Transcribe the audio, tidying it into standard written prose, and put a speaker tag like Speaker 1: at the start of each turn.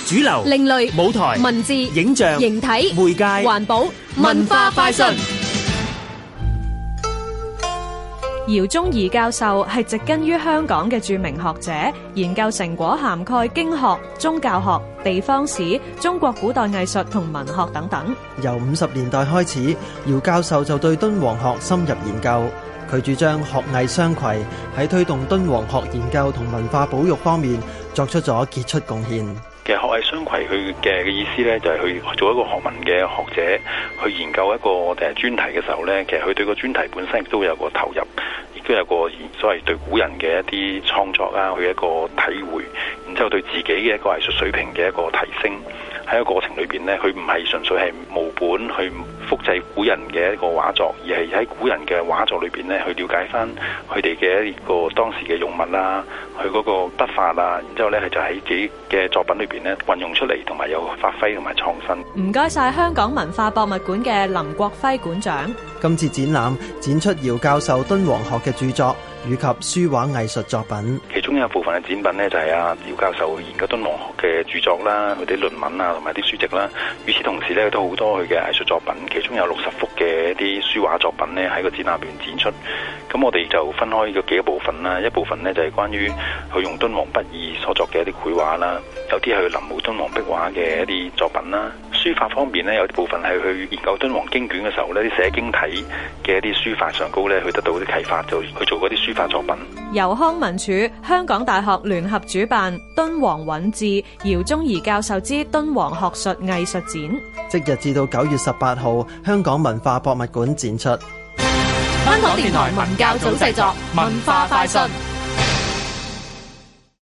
Speaker 1: 主流、
Speaker 2: 另類、
Speaker 1: 舞台、
Speaker 2: 文字、
Speaker 1: 影像、
Speaker 2: 形體、
Speaker 1: 媒介、
Speaker 2: 環保、文化快訊。
Speaker 3: 姚宗儀教授係植根於香港嘅著名學者，研究成果涵蓋經學、宗教學、地方史、中國古代藝術同文學等等。
Speaker 4: 由50年代開始，姚教授就對敦煌學深入研究。佢主張學藝相攜，喺推動敦煌學研究同文化保育方面作出咗傑出貢獻。
Speaker 5: 其實學藝相攜佢嘅意思咧，就係去做一個學問嘅學者，去研究一個專題嘅時候咧，其實佢對個專題本身亦都有個投入，亦都有個所謂對古人嘅一啲創作啊，佢一個體會，然之後對自己嘅一個藝術水平嘅一個提升。喺個過程裏邊咧，佢唔係純粹係無本去複製古人嘅一個畫作，而係喺古人嘅畫作裏邊咧，去了解翻佢哋嘅一個當時嘅用物啦，佢嗰個筆法啊，然之後咧就喺自己嘅作品裏邊咧運用出嚟，同埋有發揮同埋創新。
Speaker 3: 唔該晒香港文化博物館嘅林國輝館長。
Speaker 4: 今次展覽展出姚教授敦煌學嘅著作以及書畫藝術作品。
Speaker 5: 其中有一部分嘅展品呢，就係姚教授研究敦煌學嘅著作啦，佢啲論文啊同埋啲書籍啦。與此同時呢，都好多佢嘅藝術作品，其中有60幅嘅一啲書畫作品呢，喺個展覽入邊展出。咁我哋就分開咗幾個部分啦，一部分呢，就係關於佢用敦煌筆意所作嘅一啲繪畫啦，有啲係臨摹敦煌壁畫嘅一啲作品啦。書法方面呢，有啲部分係去研究敦煌經卷嘅時候呢，啲寫經體嘅一啲書法上高呢，去得到啲啟發，就去做嗰啲書法作品。
Speaker 3: 由康文署、香港大學聯合主辦敦煌韻致姚宗儀教授之敦煌學術藝術展，
Speaker 4: 即日至到9月18號，香港文化博物館展出。
Speaker 2: 香港電台文教組製作，文化快訊。